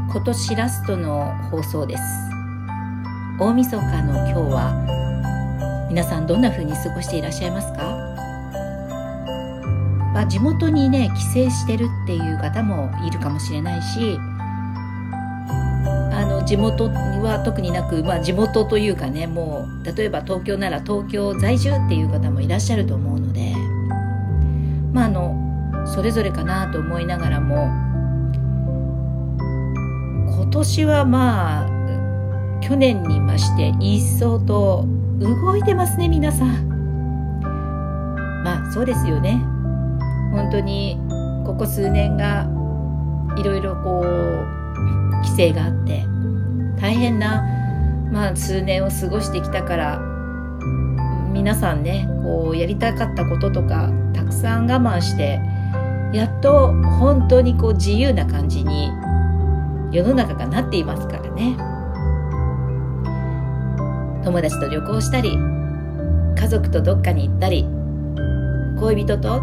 今年ラストの放送です。大晦日の今日は皆さんどんな風に過ごしていらっしゃいますか？地元にね帰省してるっていう方もいるかもしれないし、地元は特になく、地元というかね、もう例えば東京なら東京在住っていう方もいらっしゃると思うので、それぞれかなと思いながらも、今年は去年に増して一層と動いてますね、皆さん。そうですよね。本当にここ数年がいろいろ規制があって大変な、数年を過ごしてきたから、皆さんねやりたかったこととかたくさん我慢して、やっと本当に自由な感じに世の中がなっていますからね。友達と旅行したり、家族とどっかに行ったり、恋人と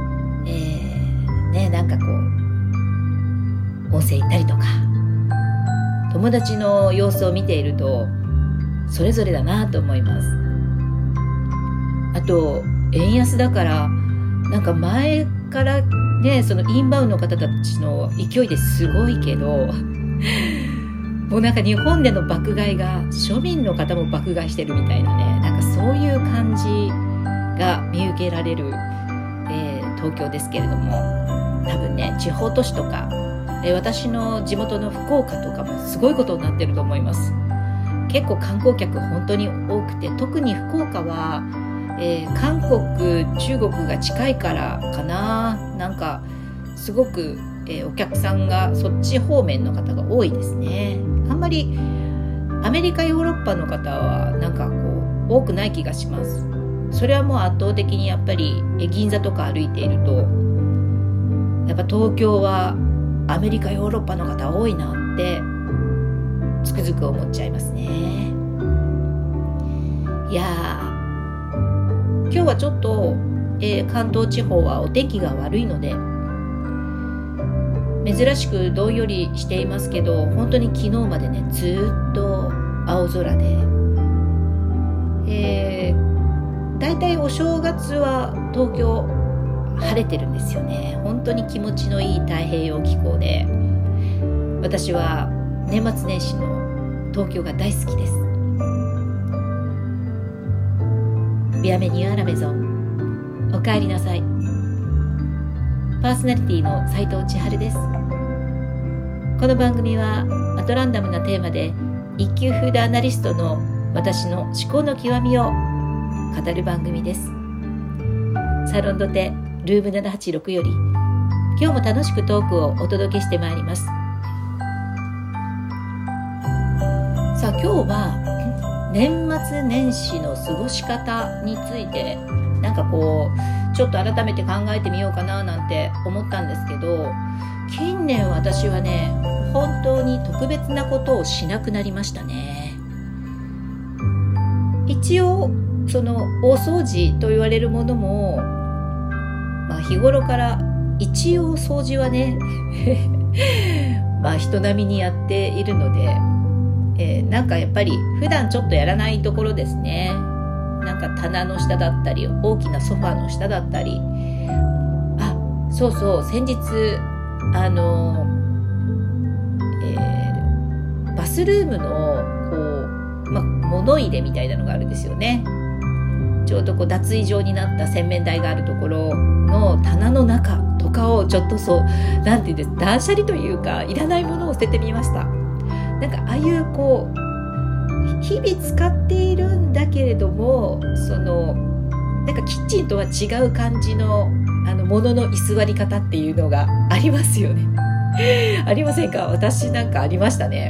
温泉行ったりとか、友達の様子を見ているとそれぞれだなと思います。あと円安だから、前からね、そのインバウンドの方たちの勢いですごいけどもう日本での爆買いが庶民の方も爆買いしてるみたいなね、そういう感じが見受けられる、東京ですけれども、多分ね地方都市とか、私の地元の福岡とかもすごいことになってると思います。結構観光客本当に多くて、特に福岡は、韓国中国が近いからかな、すごく、お客さんがそっち方面の方が多いですね。あんまりアメリカヨーロッパの方は多くない気がします。それはもう圧倒的にやっぱり銀座とか歩いていると、やっぱ東京はアメリカヨーロッパの方多いなってつくづく思っちゃいますね。いや今日はちょっと、関東地方はお天気が悪いので珍しくどんよりしていますけど、本当に昨日までねずっと青空で、だいたいお正月は東京晴れてるんですよね。本当に気持ちのいい太平洋気候で、私は年末年始の東京が大好きです。ビアメニューアラメゾン、おかえりなさい。パーソナリティの斉藤千春です。この番組はアトランダムなテーマで一級フードアナリストの私の思考の極みを語る番組です。サロンドテルーム786より今日も楽しくトークをお届けしてまいります。さあ今日は年末年始の過ごし方についてちょっと改めて考えてみようかななんて思ったんですけど、近年私はね本当に特別なことをしなくなりましたね。一応その大掃除と言われるものも、日頃から一応掃除はね人並みにやっているので、やっぱり普段ちょっとやらないところですね。棚の下だったり大きなソファーの下だったり、先日バスルームの物入れみたいなのがあるんですよね。ちょうど脱衣場になった洗面台があるところの棚の中とかをちょっと断捨離というか、いらないものを捨ててみました。ああいう日々使っているんだけれども、キッチンとは違う感じの物の居座り方っていうのがありますよねありませんか？私ありましたね。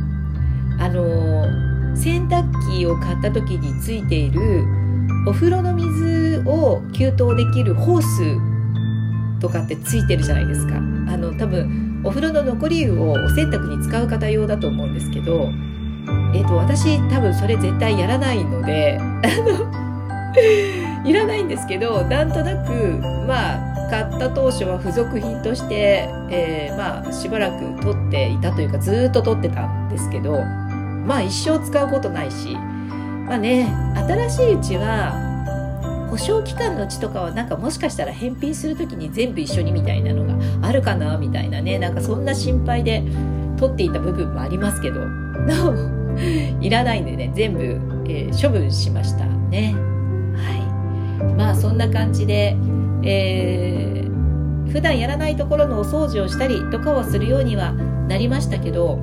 洗濯機を買った時についているお風呂の水を給湯できるホースとかってついてるじゃないですか。多分お風呂の残り湯をお洗濯に使う方用だと思うんですけど、私多分それ絶対やらないのでいらないんですけど、なんとなく買った当初は付属品として、しばらく取っていたというか、ずっと取ってたんですけど、一生使うことないし、新しいうちは保証期間のうちとかはもしかしたら返品するときに全部一緒にみたいなのがあるかなみたいなね、そんな心配で取っていた部分もありますけど、なおいらないんでね、全部、処分しましたね。はい。そんな感じで、普段やらないところのお掃除をしたりとかはするようにはなりましたけど、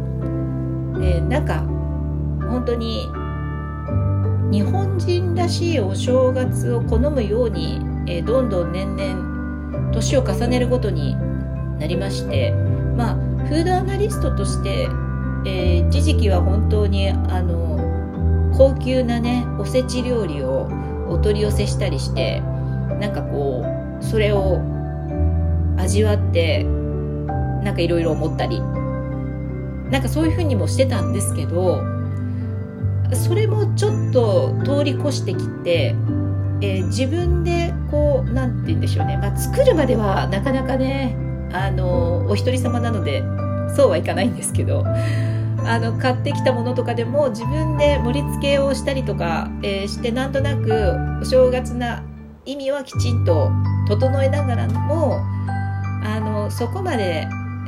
本当に日本人らしいお正月を好むように、どんどん年々年を重ねるごとになりまして、フードアナリストとして、一時期は本当に高級なねおせち料理をお取り寄せしたりして、それを味わっていろいろ思ったり、そういう風にもしてたんですけど、それもちょっと通り越してきて、自分でなんて言うんでしょうね、作るまではなかなかね、お一人様なのでそうはいかないんですけど、買ってきたものとかでも自分で盛り付けをしたりとか、してなんとなくお正月な意味はきちんと整えながらも、そこまで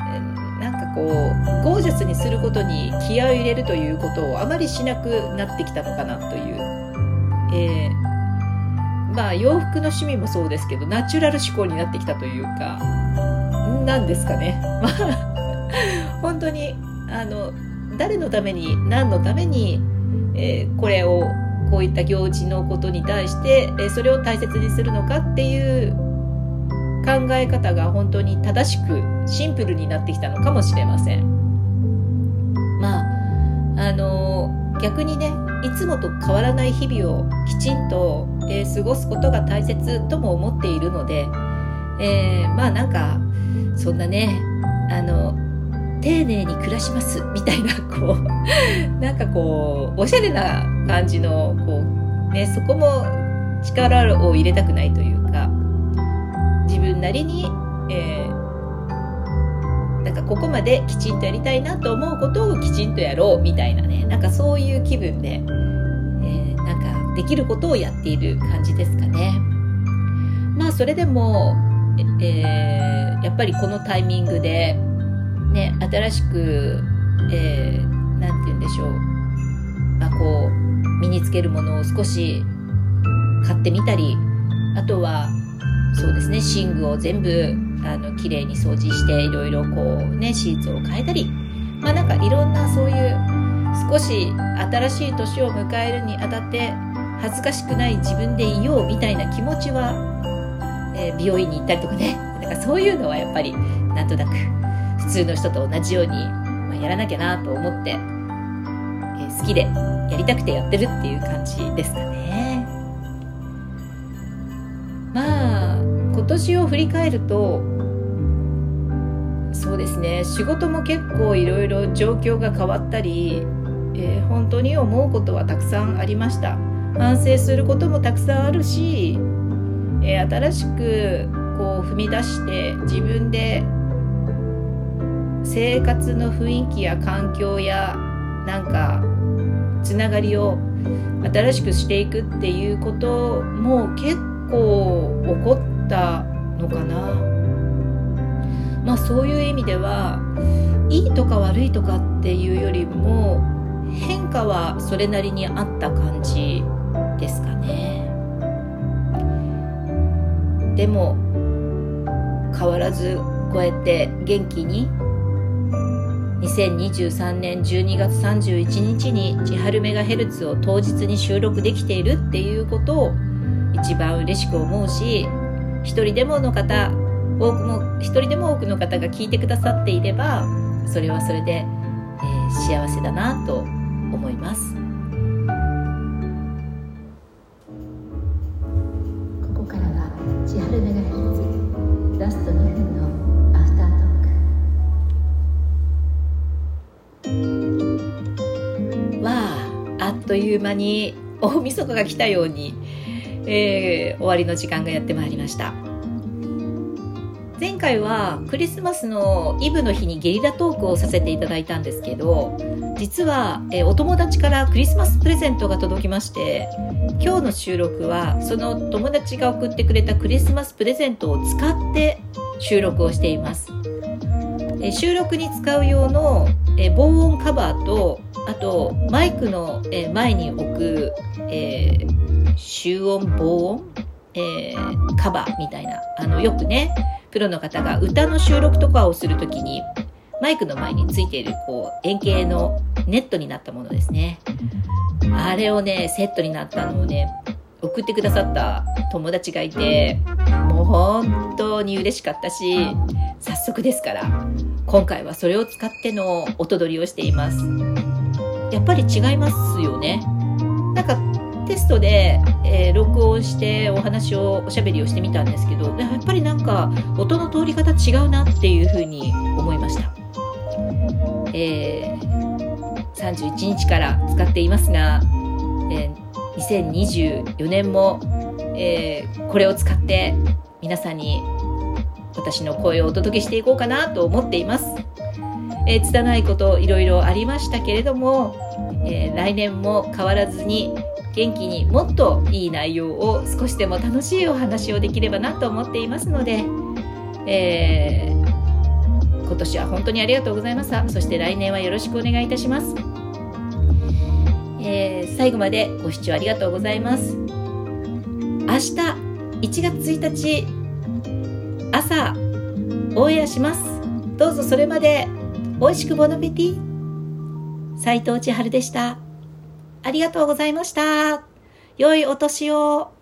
ゴージャスにすることに気合を入れるということをあまりしなくなってきたのかなという、洋服の趣味もそうですけど、ナチュラル思考になってきたというか、なんですかね。本当に誰のために何のために、これをこういった行事のことに対して、それを大切にするのかっていう考え方が本当に正しくシンプルになってきたのかもしれません。逆にね、いつもと変わらない日々をきちんと、過ごすことが大切とも思っているので、そんなね丁寧に暮らしますみたいなおしゃれな感じのそこも力を入れたくないというか、自分なりに、ここまできちんとやりたいなと思うことをきちんとやろうみたいなね、そういう気分で、できることをやっている感じですかね。それでも、やっぱりこのタイミングでね、新しく、なんて言うんでしょう、身につけるものを少し買ってみたり、あとはそうですね、寝具を全部きれいに掃除して、いろいろシーツを変えたり、いろんなそういう少し新しい年を迎えるにあたって恥ずかしくない自分でいようみたいな気持ちは、美容院に行ったりとかね、そういうのはやっぱりなんとなく普通の人と同じように、やらなきゃなと思って、好きでやりたくてやってるっていう感じですかね。今年を振り返ると、そうですね、仕事も結構いろいろ状況が変わったり、本当に思うことはたくさんありました。反省することもたくさんあるし、新しく踏み出して自分で生活の雰囲気や環境やつながりを新しくしていくっていうことも結構起こったのかな。そういう意味ではいいとか悪いとかっていうよりも変化はそれなりにあった感じですかね。でも変わらずこうやって元気に2023年12月31日に千春メガヘルツを当日に収録できているっていうことを一番嬉しく思うし、一人でも多くの方が聞いてくださっていれば、それはそれで、幸せだなと思います。ここからは千春メガヘルツラスト2分のアフタートーク。あっという間に大晦日が来たように、 終わりの時間がやってまいりました。前回はクリスマスのイブの日にゲリラトークをさせていただいたんですけど、実はお友達からクリスマスプレゼントが届きまして、今日の収録はその友達が送ってくれたクリスマスプレゼントを使って収録をしています。収録に使う用の防音カバーと、あとマイクの前に置く集音防音カバーみたいな、よくねプロの方が歌の収録とかをするときにマイクの前についている円形のネットになったものですね。あれをねセットになったのをね送ってくださった友達がいて、もう本当に嬉しかったし、早速ですから今回はそれを使っての音取りをしています。やっぱり違いますよね。なんかテストで、録音しておしゃべりをしてみたんですけど、やっぱりなんか音の通り方違うなっていうふうに思いました。31日から使っていますが、2024年も、これを使って皆さんに私の声をお届けしていこうかなと思っています。拙いこといろいろありましたけれども、来年も変わらずに元気にもっといい内容を少しでも楽しいお話をできればなと思っていますので、今年は本当にありがとうございました。そして来年はよろしくお願いいたします。最後までご視聴ありがとうございます。明日1月1日朝オンエアします。どうぞそれまでおいしくボナペティ。斉藤千春でした。ありがとうございました。良いお年を。